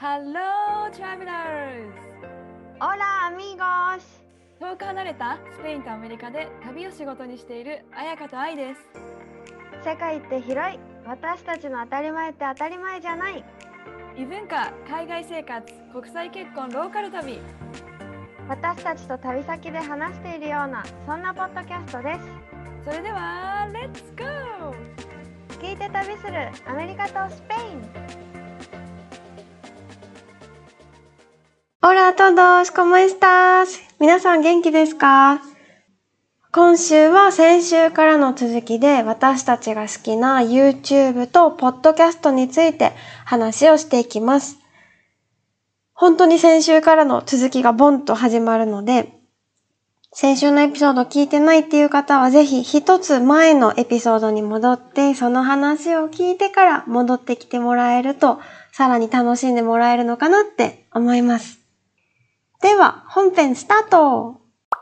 Hello, travelers! Hola amigos! 遠く離れたスペインとアメリカで旅を仕事にしている彩香と愛です。 世界って広い。私たちの当たり前って当たり前じゃない。 異文化、海外生活、国際結婚、ローカル旅。 私たちと旅先で話しているような、そんなポッドキャストです。 それでは、レッツゴー！ 聞いて旅するアメリカとスペイン。Hola a todos, ¿cómo estás? 皆さん元気ですか？今週は先週からの続きで私たちが好きな YouTube と Podcast について話をしていきます。本当に先週からの続きがボンと始まるので、先週のエピソード聞いてないっていう方はぜひ一つ前のエピソードに戻ってその話を聞いてから戻ってきてもらえるとさらに楽しんでもらえるのかなって思います。では本編スタート。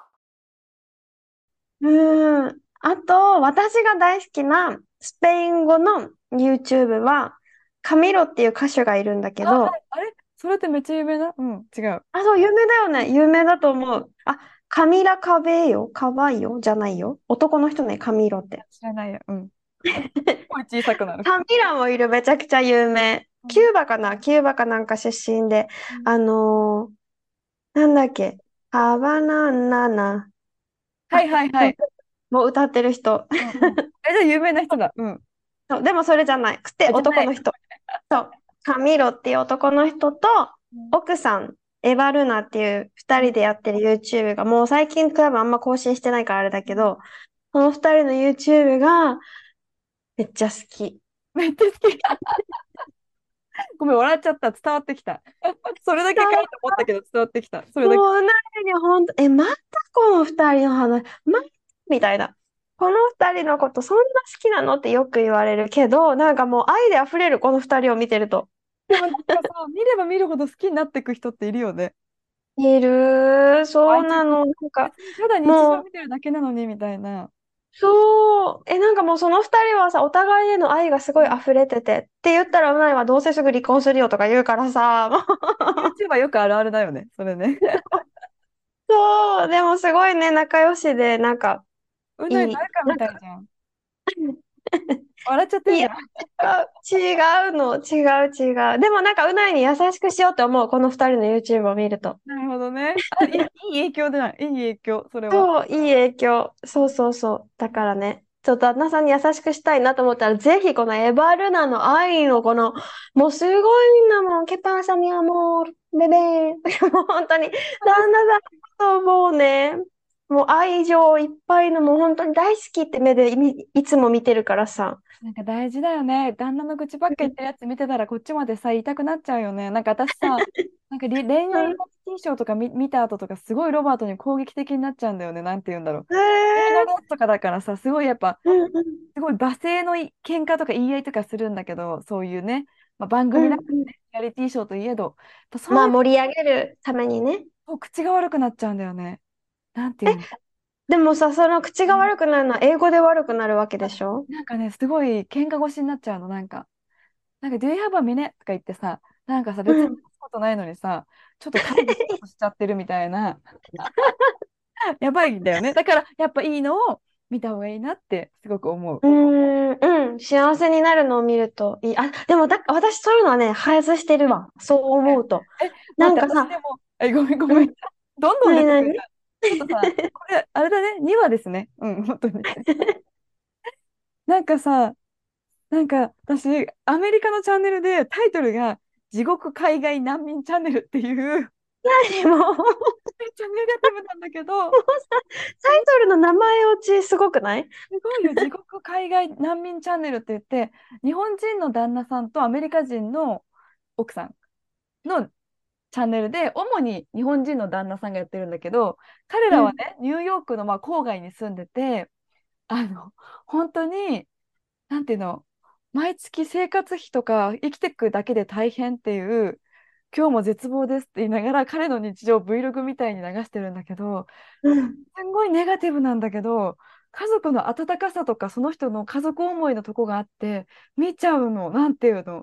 あと私が大好きなスペイン語の YouTube はカミロっていう歌手がいるんだけど、 あれそれってめっちゃ有名な？違う。 そう、有名だよね。有名だと思う。カミラ・カベーヨ、カバイヨじゃないよ。男の人ね、カミロって。 知らないよ。声小さくなる。 カミラもいる、めちゃくちゃ有名。キューバかなキューバかなんか出身で。あのなんだっけ。ハバナナナ。 はいはいはい。 もう歌ってる人。 じゃあ有名な人だ。 そう、でもそれじゃない。くてじゃない。 男の人。そう。カミロっていう男の人と、奥さん、エヴァルナっていう二人でやってる YouTube が、もう最近多分あんま更新してないからあれだけど、その二人の YouTube がめっちゃ好き。 めっちゃ好き。ごめん、笑っちゃった。伝わってきた。それだけかいと思ったけど伝わってきた。それだけ。 もう何に本当、またこの二人の話、みたいな。この二人のことそんな好きなのってよく言われるけど、なんかもう愛で溢れる、この二人を見てると。 でもなんかさ、見れば見るほど好きになっていく人っているよね。 いる、そう愛着。 なの。なんか、 別にただ日もう、 常見てるだけなのにみたいな。 そう、なんかもうその二人はさ、お互いへの愛がすごい溢れてて、って言ったらうないはどうせすぐ離婚するよとか言うからさ、もう YouTuber よくあるあるだよね、それね。 そう、でもすごいね、仲良しで、なんか、 うないいい。 誰かみたいじゃん。笑っちゃっていや、 んじゃん。 違うの、違う。でもなんか、うないに優しくしようって思う、この二人の YouTube を見ると。 なるほどね。いい影響だな。いい影響、それは。 そう、いい影響。そう。だからね、ちょっと旦那さんに優しくしたいなと思ったら、ぜひこのエバルナの愛のこの、もうすごいんだもん。ケパーサミアモール、ベベー。もう本当に、旦那さんともうね、もう愛情いっぱいの、もう本当に大好きって目でいつも見てるからさ。 なんか大事だよね。旦那の愚痴ばっか言ってるやつ見てたらこっちまでさ、言いたくなっちゃうよね。なんか私さ、なんか恋愛リアリティショーとか見た後とかすごいロバートに攻撃的になっちゃうんだよね。なんて言うんだろう。 へ映画のーやつとかだからさ、すごいやっぱ、 うんうんすごい罵声の喧嘩とか言い合いとかするんだけど、そういうね、番組だからうんうんね、リアリティショーといえど、やっぱまあそういう盛り上げるためにね。 と口が悪くなっちゃうんだよね。なんていうの。 でもさ、その口が悪くなるのは英語で悪くなるわけでしょ？ なんかね、すごい喧嘩腰になっちゃうの。なんか、Do you have a minute? とか言ってさ、なんかさ、別に話うん。 すことないのにさ、ちょっと会議しようとしちゃってるみたいな、やばいんだよね。だから、やっぱいいのを見た方がいいなってすごく思う。 幸せになるのを見るといい。でも私そういうのはね、外してるわ。そう思うと。 待って、 なんかさ、 私でも、ごめんごめん。 うん、 どんどんなになに出てくるじゃん。ちょっとさ、これ、あれだね、2話ですね。本当に。なんかさ、なんか私、アメリカのチャンネルでタイトルが地獄海外難民チャンネルっていう何もう、 めっちゃネガティブなんだけど、 タイトルの名前落ちすごくない？ すごいよ、地獄海外難民チャンネルって言って、日本人の旦那さんとアメリカ人の奥さんのチャンネルで、主に日本人の旦那さんがやってるんだけど、彼うん。 らはね、ニューヨークの郊外に住んでて、本当に、なんていうの、毎月生活費とか生きていくだけで大変っていう、今日も絶望ですって言いながら、彼の日常を Vlog みたいに流してるんだけど、 うん。 すんごいネガティブなんだけど、家族の温かさとか、その人の家族思いのとこがあって、見ちゃうの、なんていうの。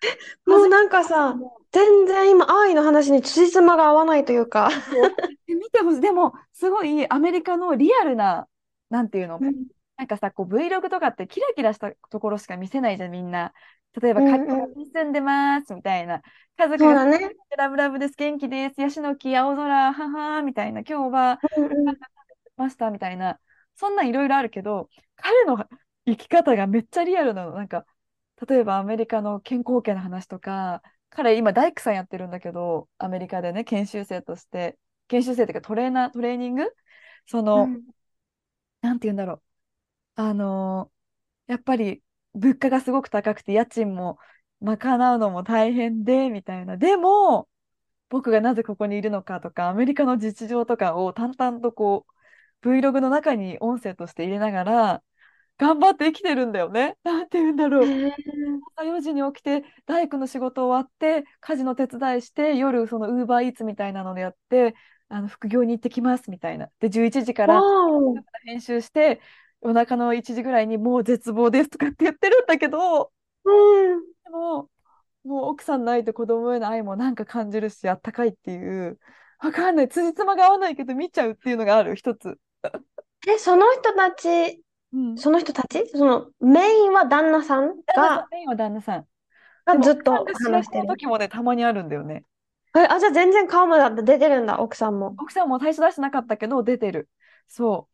もうなん初めてかさ、 も全然今、愛の話に辻褄が合わないというか。 そうで見てほしい。でも、すごいアメリカのリアルな、なんていうの、 うん、 なんかさ、こう Vlog とかってキラキラしたところしか見せないじゃん、みんな。例えば、カリフォルうん、うん。 ニアに住んでますみたいな。家族がそうだね。 ラブラブです、元気です、ヤシの木、青空、ははみたいな。今日は、 うん、うん。 ましたみたいな。そんなんいろいろあるけど、彼の生き方がめっちゃリアルなの。なんか、例えばアメリカの健康系の話とか、彼今大工さんやってるんだけど、アメリカでね、研修生として、研修生っていうかトレーナー、トレーニングその、 うん。 なんて言うんだろう。あのやっぱり物価がすごく高くて、家賃も賄うのも大変で、みたいな。でも、僕がなぜここにいるのかとか、アメリカの実情とかを淡々とこう、Vlog の中に音声として入れながら、頑張って生きてるんだよね。なんて言うんだろう。 へえ。 朝4時に起きて、大工の仕事終わって、家事の手伝いして、夜、そのウーバーイーツみたいなのでやって、副業に行ってきますみたいな。で、11時かわらお。 編集して、夜中の1時ぐらいにもう絶望ですとかって言ってるんだけど、 うん。 でも、もう奥さんの愛と子供への愛もなんか感じるし、あったかいっていう、わかんない。辻褄が合わないけど見ちゃうっていうのがある、一つ。 え、その人たち、 うん。 その人たちそのメインは旦那さん旦那さん、 が、 メインは旦那さん。でがも、 ずっと奥さんが主役の話してる。 時もね、たまにあるんだよね。 え、あ、じゃあ全然顔もだって出てるんだ、奥さんも。 奥さんも最初出してなかったけど、出てる。そう。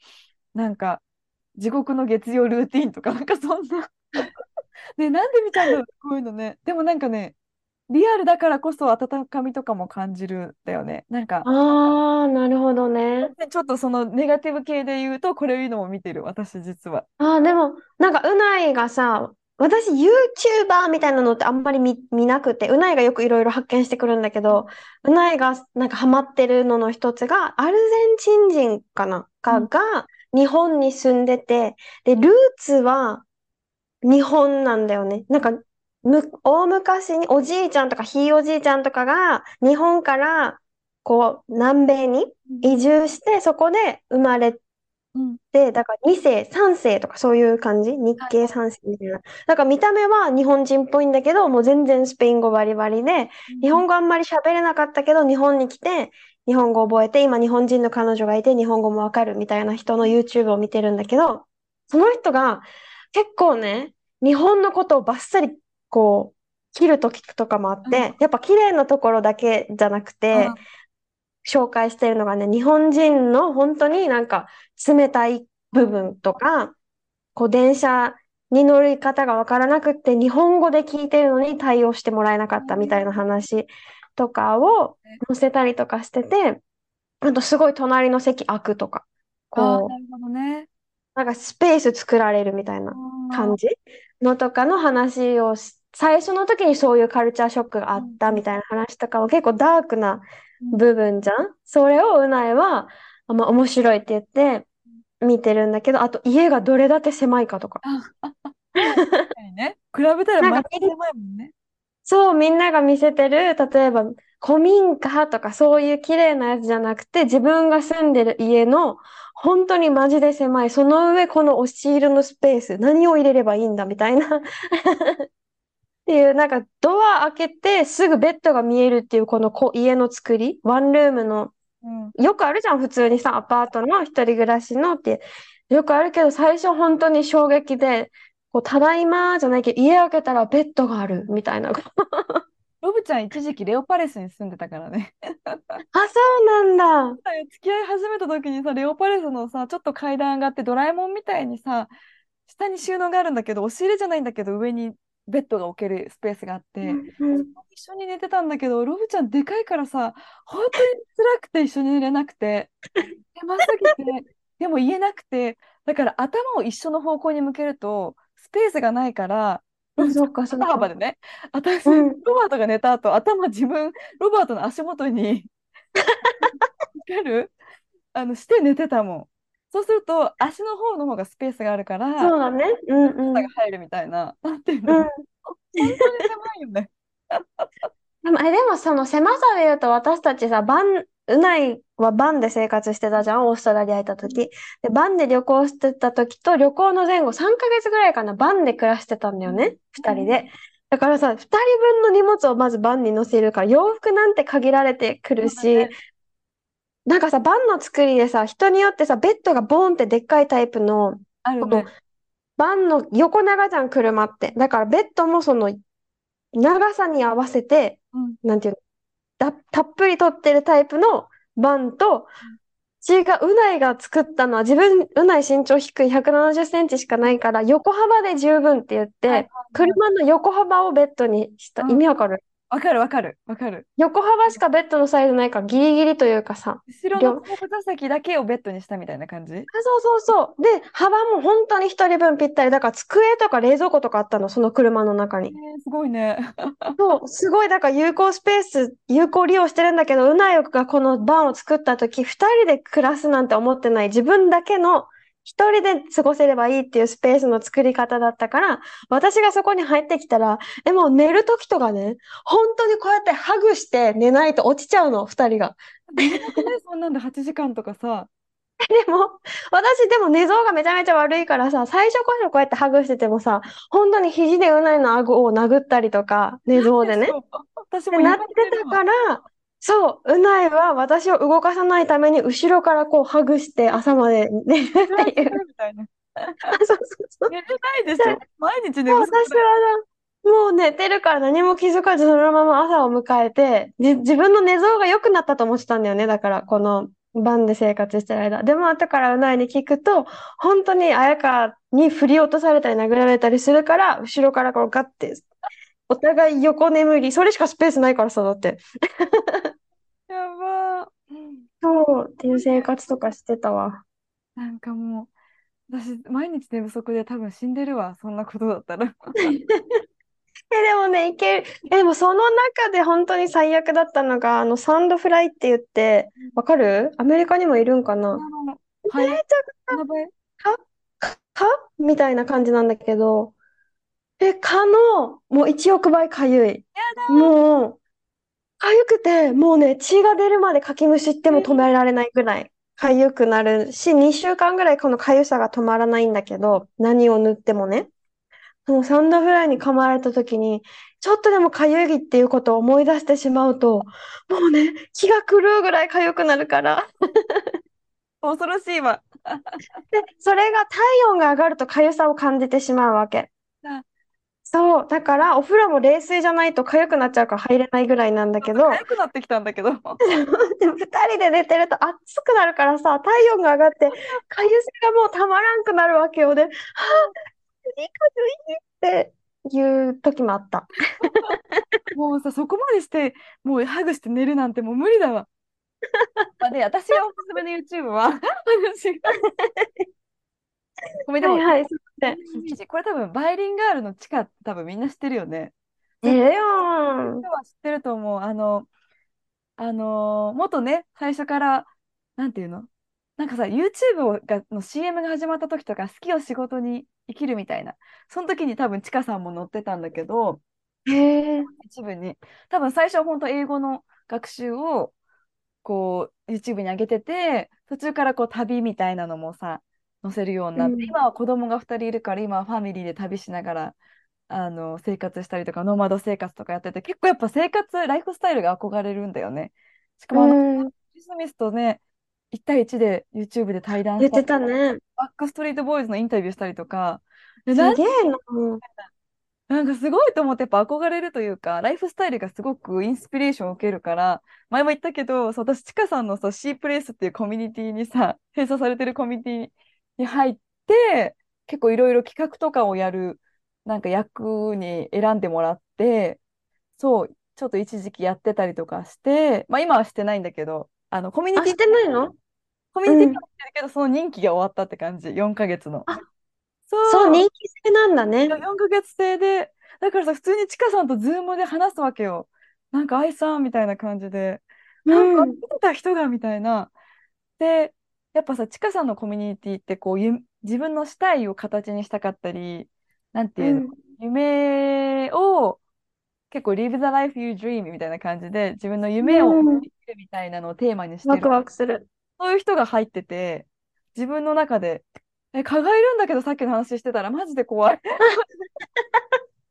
なんか、地獄の月曜ルーティンとか、なんかそんな。ね、なんで見ちゃうんだろう、こういうのね。でもなんかね、リアルだからこそ温かみとかも感じるんだよね。なんか、 ああ、なるほどね。 ちょっとそのネガティブ系で言うと、これいうのも見てる、私実は。 ああ、でも、なんか、うないがさ、私、YouTuber みたいなのってあんまり見なくて、うないがよくいろいろ発見してくるんだけど、うないがなんかハマってるのの一つが、アルゼンチン人かなうん。 が日本に住んでて、で、ルーツは日本なんだよね。なんか、大昔におじいちゃんとかひいおじいちゃんとかが日本からこう南米に移うん住してそこで生まれうん。 て、だから2世、3世とかそういう感じ日系はいはい。 3世みたいな。だから見た目は日本人っぽいんだけど、もう全然スペイン語バリバリで、日うん本語あんまり喋れなかったけど、日本に来て、日本語を覚えて、今日本人の彼女がいて日本語もわかるみたいな人の YouTube を見てるんだけど、その人が結構ね、日本のことをバッサリこう、切る時とかもあっうんて、やっぱ綺麗なところだけじゃなくて、 うん紹介してるのがね、日本人の本当になんか冷たい部うん分とか、こう電車に乗り方がわからなくって日本語で聞いてるのに対応してもらえなかったみたいな話とかを載せたりとかしてて、あとすごい隣の席空くとか、 ああー、 こう、 なるほどね。 なんかスペース作られるみたいなああ、 感じのとかの話を最初の時にそういうカルチャーショックがあうんうんったみたいな話とかは結構ダークなうん部分じゃん。それをうないは、まあ、面白いって言って見てるんだけど、あと家がどれだけ狭いかとか。 あ、確かにね。比べたらなんかまだ狭いもんね。 そう、みんなが見せてる、例えば古民家とかそういう綺麗なやつじゃなくて、自分が住んでる家の本当にマジで狭い、その上この押し入れのスペース、何を入れればいいんだみたいなっていう、なんかドア開けてすぐベッドが見えるっていうこの家の作り、ワンルームの、 うん。 よくあるじゃん、普通にさ、アパートの一人暮らしのって、よくあるけど最初本当に衝撃で、こう、ただいまじゃないけど、家開けたらベッドがあるみたいな。 ロブちゃん一時期レオパレスに住んでたからね。 あ、そうなんだ。 付き合い始めた時にさ、レオパレスのさ、ちょっと階段上がってドラえもんみたいにさ、下に収納があるんだけど、押し入れじゃないんだけど、上にベッドが置けるスペースがあって、 うんうん。 一緒に寝てたんだけど、ロブちゃんでかいからさ、本当に辛くて一緒に寝れなくて、狭すぎて、でも言えなくて、だから頭を一緒の方向に向けると、スペースがないから、ロあ、 ブちゃんそっかそっか。 肩幅でね、私、 うん。 ロバートが寝た後、頭自分、ロバートの足元に、かけるして寝てたもん。そうすると、足の方の方がスペースがあるから、 そうだね。うんうん。 肩が入るみたいな、なんていうの、 うん。 本当に狭いよね。 でもその狭さで言うと私たちさ、うないはバンで生活してたじゃん、オーストラリア行ったうん時。で、バンで旅行してた時と旅行の前後3ヶ月ぐらいかな、バンで暮らしてたんだうんよね、二人で。 だからさ、二人分の荷物をまずバンに乗せるから、洋服なんて限られてくるし、 そうだね。 なんかさ、バンの作りでさ、人によってさ、ベッドがボーンってでっかいタイプの、このあるね。 バンの横長じゃん、車って。だからベッドもその長さに合わせて、 うん。 なんていうの、たっぷり取ってるタイプのバンと、うないが作ったのはうない身長低い170センチしかないから、横幅で十分って言っはいて、 はいはい。 車の横幅をベッドにした。 うん。 意味わかる？ わかるわかるわかる。 横幅しかベッドのサイズないから、ギリギリというかさ、 後ろの後部座席だけをベッドにしたみたいな感じ。 あ、そうそうそう。で、幅も本当に一人分ぴったり。だから机とか冷蔵庫とかあったの、その車の中に。 すごいね。 そう、すごい、だから有効スペース、有効利用してるんだけど、うなよがこのバンを作った時、二人で暮らすなんて思ってない。自分だけの一人で過ごせればいいっていうスペースの作り方だったから、私がそこに入ってきたら、もう寝る時とかね、本当にこうやってハグして寝ないと落ちちゃうの、二人が。 寝れなくない？そんなんで8時間とかさ。 でも、私でも寝相がめちゃめちゃ悪いからさ、最初こそこうやってハグしててもさ、本当に肘でうないの顎を殴ったりとか、寝相でね。 でしょ。私で、 も床なってで寝るわ。 たから、そう、うないは私を動かさないために後ろからこうハグして朝まで寝るっフランスていう。 みたいな。 あ、そうそうそう。 寝れないでで、 しょ。毎日寝もう不足だよ。 私はもう寝てるから何も気づかずそのまま朝を迎えて、自分の寝相が良くなったと思ってたんだよね。だから、この晩で生活してる間。でも後からうないに聞くと、本当に綾香に振り落とされたり殴られたりするから、後ろからこうガッて、お互い横眠り、それしかスペースないからさ、だって。 やばー。 そう、っていう生活とかしてたわ。 なんかもう、私、毎日寝不足で多分死んでるわ。そんなことだったら。 でもね、いける。でもその中で本当に最悪だったのが、サンドフライって言って、わかる？アメリカにもいるんかな？めちハエゃナバエ。 蚊みたいな感じなんだけど、蚊のもう1億倍かゆい。もう、かゆくて、もうね、血が出るまでかきむしっても止められないぐらいかゆくなるし、2週間ぐらいこのかゆさが止まらないんだけど、何を塗ってもね。そのサンドフライに噛まれた時に、ちょっとでもかゆいっていうことを思い出してしまうと、もうね、気が狂うぐらいかゆくなるから。 恐ろしいわ。 で、それが体温が上がるとかゆさを感じてしまうわけ。 あ、 そう。だから、お風呂も冷水じゃないと痒くなっちゃうから入れないぐらいなんだちょっとけど、 痒くなってきたんだけど。 でも二人で寝てると暑くなるからさ、体温が上がって、痒さがもうたまらんくなるわけよ。で、はぁ、いいかゆいっていう時もあった。 もうさ、そこまでして、もうハグして寝るなんてもう無理だわ。まあ、で、私がおすすめの YouTube は、私が、ごめん、でも、 はいはい、すいません。 このイメージ、これ多分、バイリンガールの地下、多分みんな知ってるよね。絶対、 ええよーん。 人は知ってると思う。元ね、最初から、なんていうの、なんかさ、の CM が始まった時とか、好きを仕事に生きるみたいな、その時に多分、ちかさんも載ってたんだけど、 へえ。 一部に、多分最初は本当英語の学習を、こう、YouTube に上げてて、途中からこう、旅みたいなのもさ、載せるようになって、 うん。 今は子供が2人いるから、今はファミリーで旅しながら、生活したりとか、ノマド生活とかやってて、結構やっぱライフスタイルが憧れるんだよね。しかうもん。 ウィル・スミスとね、1対1で YouTube で対談言ってしたり、 たね。 バックストリートボーイズのインタビューしたりとか、 すげえな。 なんかすごいと思ってやっぱ憧れるというか、ライフスタイルがすごくインスピレーションを受けるから、前も言ったけど、そう私、ちかさんのさ、シープレイスっていうコミュニティにさ、閉鎖されてるコミュニティに入って、結構いろいろ企画とかをやる、なんか役に選んでもらって、そう、ちょっと一時期やってたりとかして、まあ今はしてないんだけど、 あ、してないの？ コミュニティにうん。 はしてるけど、その任期が終わったって感じ、4ヶ月の。 あ、そう、 そう、 人気性なんだね。 4ヶ月制で、だからさ、普通にちかさんとズームで話すわけよ。なんか、愛さんみたいな感じで、 うなんか、 ん。 見てた人がみたいな。で、やっぱさ、ちかさんのコミュニティってこう、自分のしたいを形にしたかったり、なんていうの、 うん。 夢を結構 live the life you dream みたいな感じで、自分のう夢をん。 生きるみたいなのをテーマにしてる。 ワクワクする。 そういう人が入ってて、自分の中で、蚊がいるんだけどさっきの話してたらマジで怖い。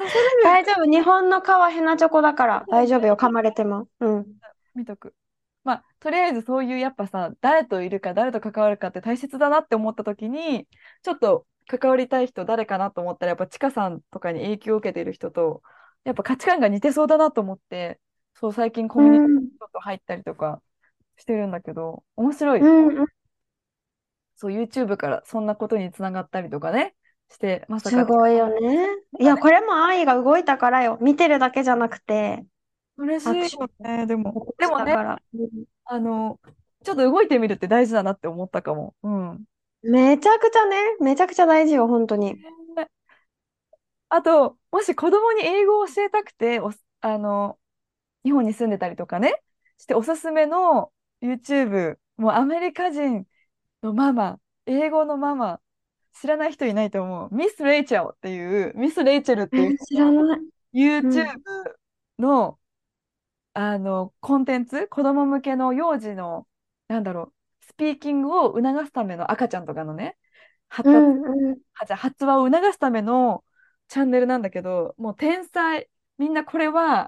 刺される。 大丈夫。日本の皮ヘナチョコだから大丈夫よ。噛まれても。うん。 見とく。まあ、とりあえずそういうやっぱさ、誰といるか誰と関わるかって大切だなって思った時に、ちょっと関わりたい人誰かなと思ったら、やっぱちかさんとかに影響を受けている人と、やっぱ価値観が似てそうだなと思って、そう最近コミュニティにうん。 ちょっと入ったりとかしてるんだけど、面白い。 うん。うん。 そう YouTube からそんなことにつながったりとかね、して、まさかちかすごいよね。いや、 さんがね、 これも愛が動いたからよ。見てるだけじゃなくて、 嬉しアクショいよね、でも。 ン起こでもね、 したから。うん。 あの、ちょっと動いてみるって大事だなって思ったかも。うん。 めちゃくちゃね、めちゃくちゃ大事よ、本当に。 ね、あと、もし子供に英語を教えたくて、日本に住んでたりとかね、しておすすめの YouTube、もうアメリカ人のママ、英語のママ、知らない人いないと思う。ミス・レイチェルっていう、ミス・レイチェルっていう人知らのない。う YouTube ん。 の、コンテンツ、子供向けの幼児の、なんだろう、スピーキングを促すための赤ちゃんとかのね、発達、 うんうん。 じゃあ発話を促すためのチャンネルなんだけど、もう天才、みんなこれは、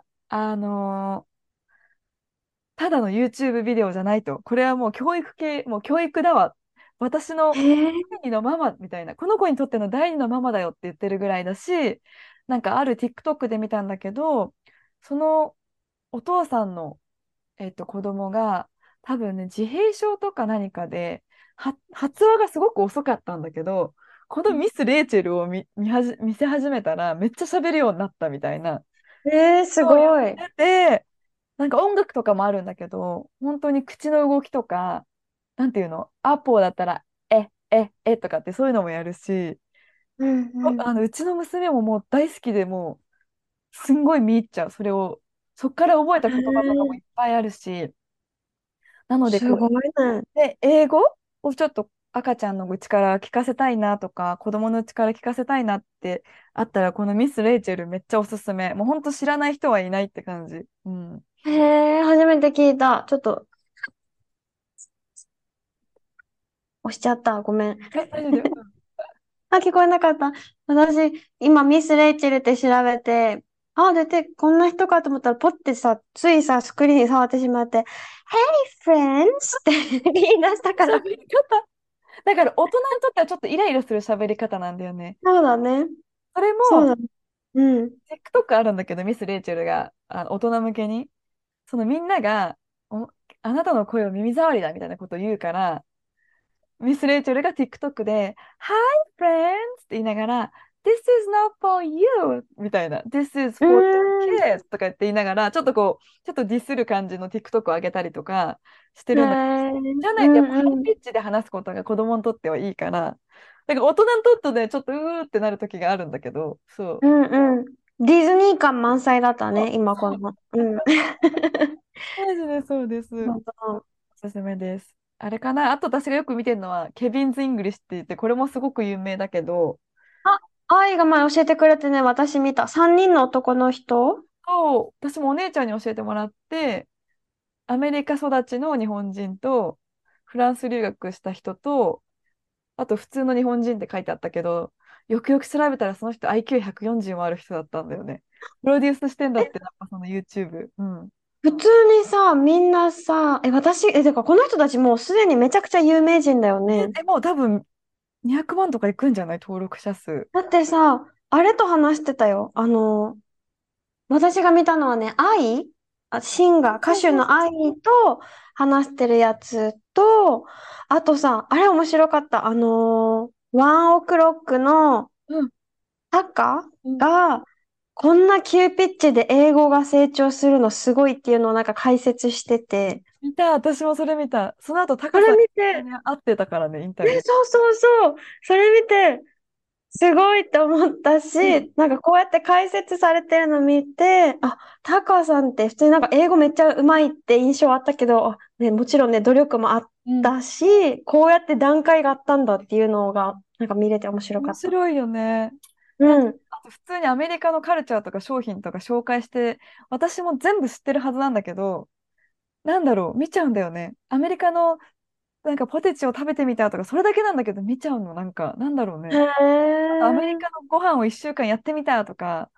ただの YouTube ビデオじゃないと。これはもう教育系、もう教育だわ。私のへえ。 第二のママみたいな、この子にとっての第二のママだよって言ってるぐらいだし、なんかある TikTok で見たんだけど、そのお父さんの、子供が多分ね、自閉症とか何かで、発話がすごく遅かったんだけど、このミス・レイチェルを見せ始めたらめっちゃ喋るようになったみたいな。 すそうごい。 言ってて、なんか音楽とかもあるんだけど、本当に口の動きとか、なんていうの、アポだったら、とかってそういうのもやるし、 うんうん。 うちの娘ももう大好きでもう、すんごい見入っちゃう。それを、そっから覚えたへ言葉とかもいえ、 っぱいあるし、なのでこう、 すごいね。 英語をちょっと赤ちゃんのうちから聞かせたいなとか、子供のうちから聞かせたいなってあったら、このミス・レイチェルめっちゃおすすめ。もう本当知らない人はいないって感じ。うん。 へえ、初めて聞いた。ちょっと押しちゃった。ごめん。 大丈夫だよ。 あ、聞こえなかった。私、今、ミス・レイチェルって調べて、あ、出て、こんな人かと思ったら、ポッてさ、ついさ、スクリーン触ってしまって、Hey, friends! って言い出したから。 喋り方。だから大人にとってはちょっとイライラする喋り方なんだよね。 そうだね。 それも、 そうだね。うん。 TikTok あるんだけど、ミス・レイチェルが大人向けに、そのみんながあなたの声を耳障りだみたいなことを言うから、ミス・レイチェルが TikTok で、Hi, friends! って言いながら、This is not for you! みたいな、This is う for ーん。 your kids! とか言って言いながら、ちょっとこう、ちょっとディスる感じの TikTok を上げたりとかしてへるんだけど、 え、 じゃなういとやっぱハイんうん。 ピッチで話すことが子供にとってはいいから、だから大人にとってね、ちょっとうーってなる時があるんだけど、そう。 うんうん。ディズニー感満載だったそうね、今こそう、 の。うん。 マジでそうです。 本当。 おすすめです。あれかな、あと私がよく見てるのは、ケビンズ・イングリッシュって言って、これもすごく有名だけど、 あ、愛が前教えてくれてね、私見た。3人の男の人。 そう、私もお姉ちゃんに教えてもらって、アメリカ育ちの日本人と、フランス留学した人と、あと普通の日本人って書いてあったけど、よくよく調べたらその人 IQ140 もある人だったんだよね。プロデュースしてんだって、なんかその YouTube。うん。 普通にさ、みんなさ、てかこの人たちもうすでにめちゃくちゃ有名人だよね。 もう多分200万とかいくんじゃない、登録者数。 だってさ、あれと話してたよ。私が見たのはね、シンガー、歌そうそうそ手の愛と話してるやつと、あとさ、あれ面白かった。ワンオクロックのう。うん。 タカうん。 が、こんな急ピッチで英語が成長するのすごいっていうのをなんか解説してて、 見た、私もそれ見た。その後、タそれカさん見て、 に会ってたからね、インタビュー。 そうそうそう、それ見て、すごいって思ったうん。 し、なんかこうやって解説されてるの見て、あ、タカさんって普通になんか英語めっちゃ上手いって印象あったけど、ね、もちろんね、努力もあっうん。 たし、こうやって段階があったんだっていうのが、なんか見れて面白かった。 面白いよね。 うなんか、 ん。 あと普通にアメリカのカルチャーとか商品とか紹介して、私も全部知ってるはずなんだけど、なんだろう、見ちゃうんだよね。アメリカのなんかポテチを食べてみたとか、それだけなんだけど見ちゃうの、なんか、なんだろうへね。あとアメリえ。 カのご飯を1週間やってみたとか、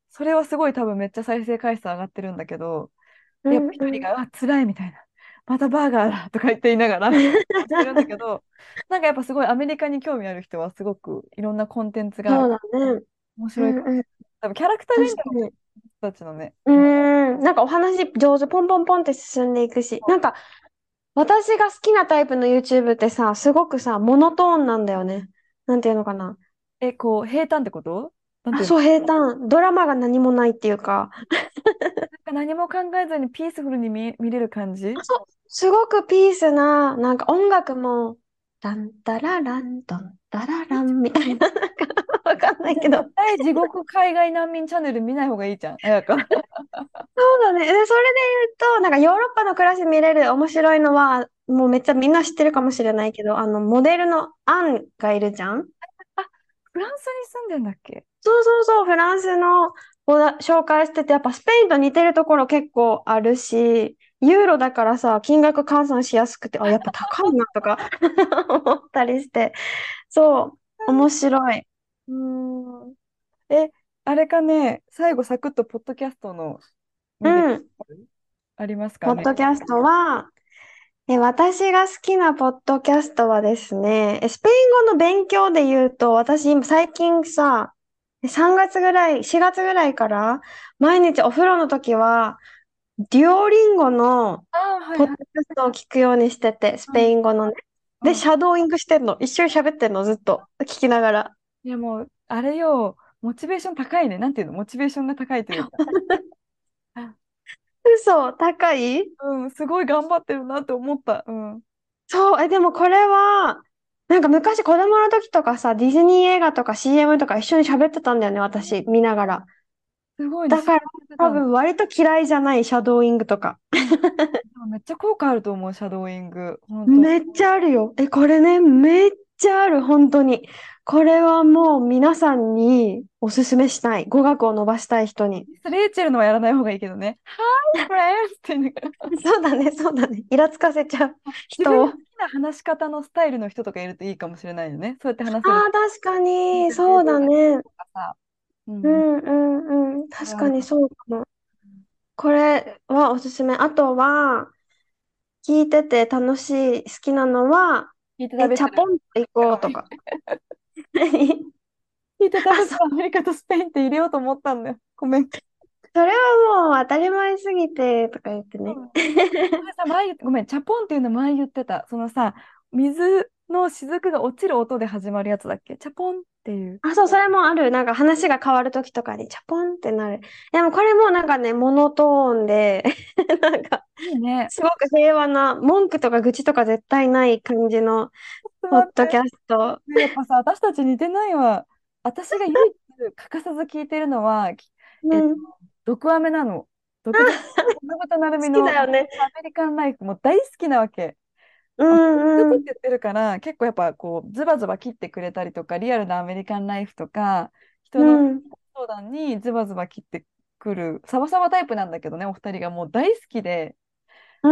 それはすごい多分めっちゃ再生回数上がってるんだけど、 うで、やっぱんうん。 一人が、あ、辛いみたいな。またバーガーだとか言って言いながらしてるんだけど、なんかやっぱすごいアメリカに興味ある人はすごくいろんなコンテンツがそうだね。 面う白いから。 んうん。 多分キャラクターがいいんだろうね、 確かに。 人たちのね。 うーん。なんかお話上手、ポンポンポンって進んでいくし。なんか私が好きなタイプの YouTube ってさ、すごくさ、モノトーンなんだよね。なんていうのかな。 え、こう、平坦ってこと？なんてあ、 いうの？ そう、平坦。ドラマが何もないっていうか。 なんか何も考えずにピースフルに見れる感じ。 あ、そう。すごくピースな、なんか音楽も、ランタラランドンタラランみたいな、なんかわかんないけど。 じゃあ絶対地獄海外難民チャンネル見ない方がいいじゃん。あやか。 そうだね。で、それで言うと、なんかヨーロッパの暮らし見れる面白いのは、もうめっちゃみんな知ってるかもしれないけど、モデルのアンがいるじゃん。 あ、フランスに住んでんだっけ？ そうそうそう、フランスの紹介してて、やっぱスペインと似てるところ結構あるし、ユーロだからさ、金額換算しやすくて、あ、やっぱ高いなとか思ったりして、そう、面白い。 うーん。え、あれかね、最後サクッとポッドキャストのう見てん。 ありますポッかね？ ドキャストは、私が好きなポッドキャストはですね、スペイン語の勉強で言うと、私今最近さ、3月ぐらい、4月ぐらいから、毎日お風呂の時は、デュオリンゴのああ、はいはい。 ポッドキャストを聞くようにしてて、スペうん、 イン語のね。で、 うん。 シャドーイングしてんの。一緒に喋ってんの、ずっと。聞きながら。 いやもう、あれよ、モチベーション高いね。なんていうの？モチベーションが高いというか。あ、 嘘、高い。 うん、すごい頑張ってるなって思った。うん。 そう、でもこれは、なんか昔子供の時とかさ、ディズニー映画とか CM とか一緒に喋ってたんだよね、私、見ながら。 すごいね、 だから幸せて多たんだ。 分割と嫌いじゃない、シャドーイングとか。 うん。でもめっちゃ効果あると思う、シャドーイング。本当に。 めっちゃあるよ。これね、めっちゃある、本当に。これはもう皆さんにおすすめしたい。語学を伸ばしたい人に。 レイチェルのはやらない方がいいけどね。Hi, friends! って言いながら。 そうだね、そうだね。イラつかせちゃう自分の人を。 好きな話し方のスタイルの人とかいるといいかもしれないよね。そうやって話せる。 ああ、確かに、 インタビュそうー動画とだね。 かさ。うん。 うんうんうん。 ある確かにあるかも。 そうかも。これはおすすめ。あとは、聞いてて楽しい、好きなのは、 聞いて食べチャポてる。 ンと行あ、ごめん。 こうとか。 聞いて食あ、 べてるアメリカとスペインって入れようと思ったんだよ。ごめん。 それはもう当たり前すぎてとか言ってね。 うん。これさ、ごめん、チャポンっていうの前言ってた。そのさ、水の雫が落ちる音で始まるやつだっけ？チャポンっていう。 あ、そう、それもある。なんか話が変わるときとかにチャポンってなる。でもこれもなんかね、モノトーンで、なんか、 いいね。 すごく平和な、文句とか愚痴とか絶対ない感じのちょっとポッ待って。 ドキャスト。 ね、やっぱさ、私たち似てないわ。私が唯一欠かさず聞いてるのは、えっと、 うん。 毒アメなの。毒舌、毒舌なる好みのきだよね。 アメリカンライフも大好きなわけ。 う毒舌っんうん。 て言ってるから、結構やっぱこう、ズバズバ切ってくれたりとか、リアルなアメリカンライフとか、人のうん。 相談にズバズバ切ってくる、サバサバタイプなんだけどね、お二人がもう大好きで、 うん。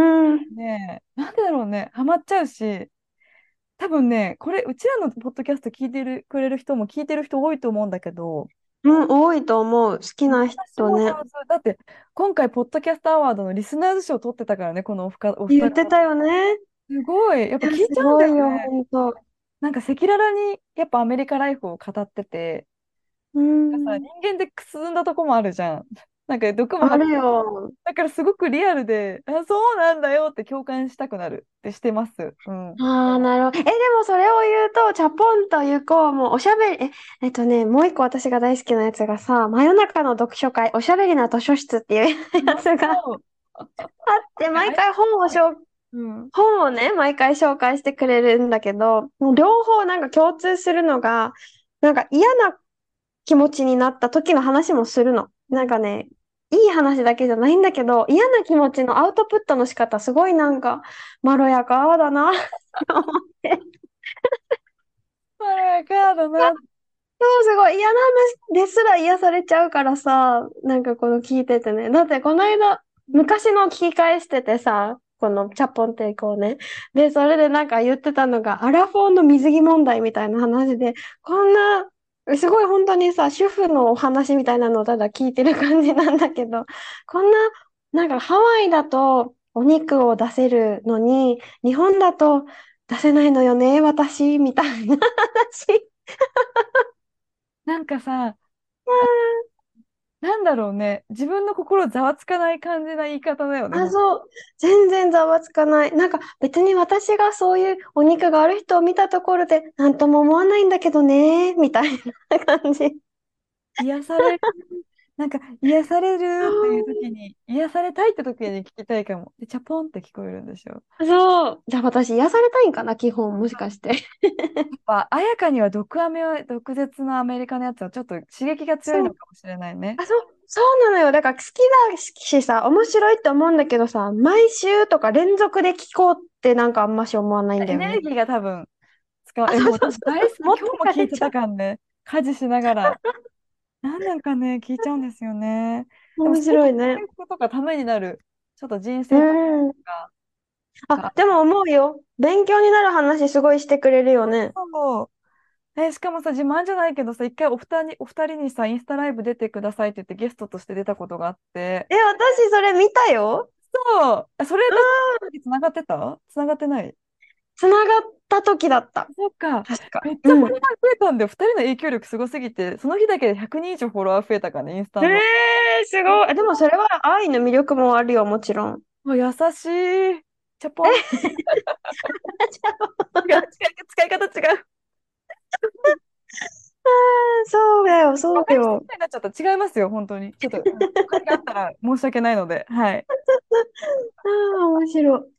ねえ、なんでだろうね、ハマっちゃうし、多分ね、これ、うちらのポッドキャスト聞いてくれる人も聞いてる人多いと思うんだけど、 うん、多いと思う。好きな話人ね。 も上手。だって、今回、ポッドキャストアワードのリスナーズ賞取ってたからね、このお二人。 言ってたよね。いすごい。やっぱや、す聞いちゃうんだごいよ、 よね。 ほんと。 なんか赤裸々に、やっぱアメリカライフを語ってて、 うなんかさ、 ん。 人間でくすんだとこもあるじゃん。なんか毒もある吐く。 よ。 だからすごくリアルで、あ、そうなんだよって共感したくなるってしてます。うん。 ああ、なるほど。でもそれを言うと、チャポンという子もおしゃべり、もう一個私が大好きなやつがさ、真夜中の読書会、おしゃべりな図書室っていうや楽しつがあっそう。 て、 あれ、うん。 本をね、毎回紹介してくれるんだけど、もう両方なんか共通するのが、なんか嫌な気持ちになった時の話もするの。 うん。 なんかね、いい話だけじゃないんだけど、嫌な気持ちのアウトプットの仕方、すごいなんか、まろやかだなって思って。 まろやかだな。 そう、すごい嫌な話ですら癒されちゃうからさ、なんかこの聞いててね。だってこの間、昔の聞き返しててさ、このチャポンってこうね。で、それでなんか言ってたのが、アラフォーの水着問題みたいな話で、こんなすごい本当にさ、主婦のお話みたいなのをただ聞いてる感じなんだけど、こんな、なんかハワイだとお肉を出せるのに、日本だと出せないのよね、私、みたいな話。 なんかさ、なんだろうね。自分の心ざわつかない感じな言い方だよね。 あ、そう。全然ざわつかない。なんか別に私がそういうお肉がある人を見たところで、なんとも思わないんだけどね、みたいな感じ。 癒される。なんか癒されるっていう時に、癒されたいって時に聞きたいかも。で、チャポンって聞こえるんでしょ。 そう。じゃあ私癒されたいんかな、基本、もしかして。 やっぱ、彩香には毒舌のアメリカのやつはちょっと刺激が強いそう。 のかもしれないね。 あ、そうなのよ。だから好きだしさ、面白いって思うんだけどさ、毎週とか連続で聞こうってなんかあんまし思わないんだよね。 エネルギーが多分あ、 もうそうそう私大好き。 そう。持って今日も聞いてたかれちゃう。 からね。家事しながら。なんなんかね、聞いちゃうんですよね。でも面生活白いね。 回復とかためになる、ちょっと人う生とん。 かあ、 が、 でも思うよ。勉強になる話すごいしてくれるよね。 そう。しかもさ、自慢じゃないけどさ、一回お二人にさ、インスタライブ出てくださいって言ってゲストとして出たことがあって、 私それ見たよ。 そう、それう私、 ん。 つながってたつながってない。 つながった時だった。 そっか。 確か。 めっちゃフォうん。 ロワー増えたんで、二人の影響力すごすぎて、その日だけで100人以上フォロワー増えたからね、インスタの。 すごい。でもそれは愛の魅力もあるよ、もちろん。 もう優しい。チャポン。違う、使い方違う。 そうだよ、そバカにしてみうよ。 たいになっちゃった。違いますよ、本当に。ちょっと、誤解があったら申し訳ないので、はい。 面白い。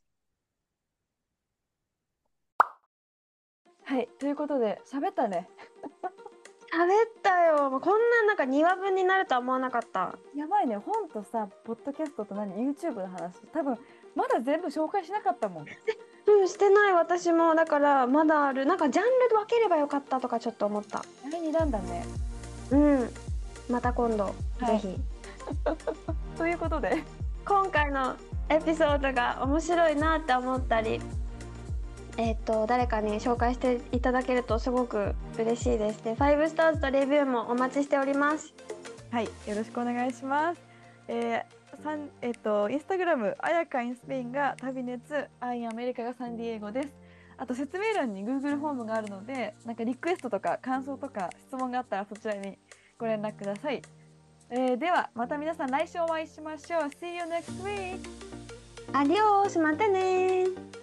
はい、ということで、喋ったね。 喋ったよ。こんななんか2話分になるとは思わなかった。 やばいね、本とさ、ポッドキャストとYouTube の話、多分、まだ全部紹介しなかったもん。 うん、してない私も。だからまだある。なんかジャンル分ければよかったとかちょっと思った。 第2弾だね。 うん。また今度、 はい。 ぜひ。 ということで、 今回のエピソードが面白いなって思ったり、誰かに紹介していただけるとすごく嬉しいですね。5スターズとレビューもお待ちしております。 はい、よろしくお願いします。インスタグラム、あやかインスペインが旅熱、アインアメリカがサンディエゴです。あと説明欄に Google フォームがあるので、なんかリクエストとか感想とか質問があったらそちらにご連絡ください。ではまた皆さん来週お会いしましょう。See you next week! アディオース、またねー。